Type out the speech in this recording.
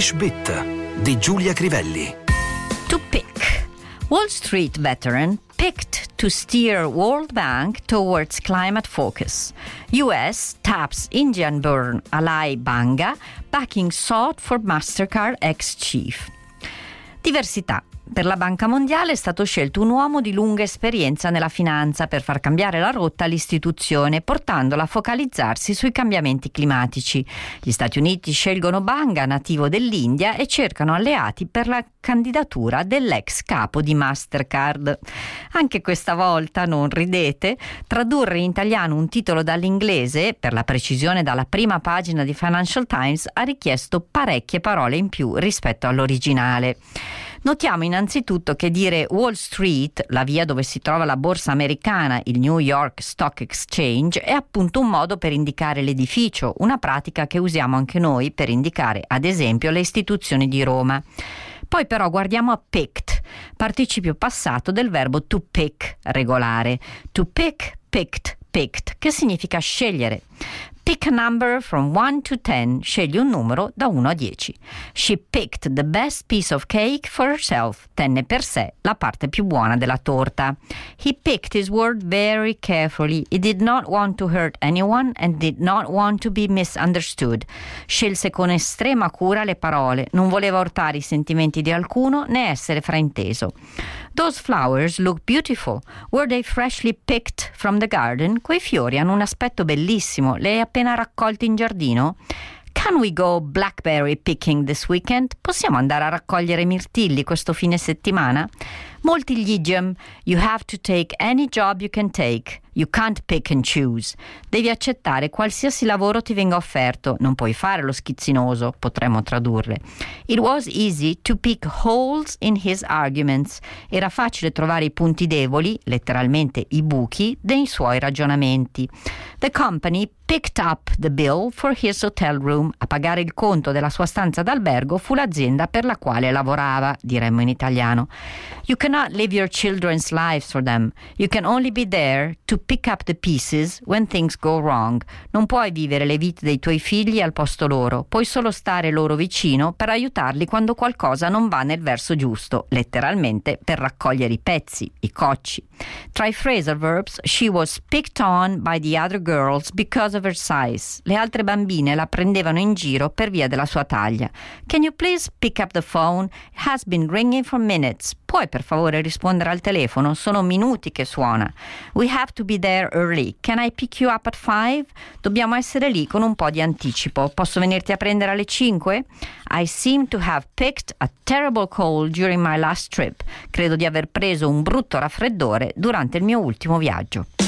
English Bit di Giulia Crivelli. To pick. Wall Street veteran picked to steer World Bank towards climate focus. US taps Indian-born ally Banga, backing sought for Mastercard ex-chief. Diversità. Per la Banca Mondiale è stato scelto un uomo di lunga esperienza nella finanza per far cambiare la rotta all'istituzione, portandola a focalizzarsi sui cambiamenti climatici. Gli Stati Uniti scelgono Banga, nativo dell'India, e cercano alleati per la candidatura dell'ex capo di Mastercard. Anche questa volta, non ridete, tradurre in italiano un titolo dall'inglese, per la precisione dalla prima pagina di Financial Times, ha richiesto parecchie parole in più rispetto all'originale. Notiamo innanzitutto che dire Wall Street, la via dove si trova la borsa americana, il New York Stock Exchange, è appunto un modo per indicare l'edificio, una pratica che usiamo anche noi per indicare, ad esempio, le istituzioni di Roma. Poi però guardiamo a picked, participio passato del verbo to pick, regolare. To pick, picked, picked, che significa scegliere. Pick a number from 1 to 10. Scegli un numero da 1 a 10. She picked the best piece of cake for herself. Tenne per sé la parte più buona della torta. He picked his word very carefully. He did not want to hurt anyone and did not want to be misunderstood. Scelse con estrema cura le parole. Non voleva urtare i sentimenti di alcuno né essere frainteso. Those flowers look beautiful. Were they freshly picked from the garden? Quei fiori hanno un aspetto bellissimo. Le hai appena raccolti in giardino? Can we go blackberry picking this weekend? Possiamo andare a raccogliere mirtilli questo fine settimana? Molti gli idiom. You have to take any job you can take. You can't pick and choose. Devi accettare qualsiasi lavoro ti venga offerto. Non puoi fare lo schizzinoso, potremmo tradurre. It was easy to pick holes in his arguments. Era facile trovare i punti deboli, letteralmente i buchi, dei suoi ragionamenti. The company picked up the bill for his hotel room. A pagare il conto della sua stanza d'albergo fu l'azienda per la quale lavorava, diremmo in italiano. You cannot live your children's lives for them. You can only be there to pick up the pieces when things go wrong. Non puoi vivere le vite dei tuoi figli al posto loro. Puoi solo stare loro vicino per aiutarli quando qualcosa non va nel verso giusto, letteralmente per raccogliere i pezzi, i cocci. Tra i phrasal verbs, she was picked on by the other girls because of her size. Le altre bambine la prendevano in giro per via della sua taglia. Can you please pick up the phone? It has been ringing for minutes. Puoi per favore rispondere al telefono? Sono minuti che suona. We have to be there early. Can I pick you up at 5? Dobbiamo essere lì con un po' di anticipo. Posso venirti a prendere alle 5? I seem to have picked a terrible cold during my last trip. Credo di aver preso un brutto raffreddore durante il mio ultimo viaggio.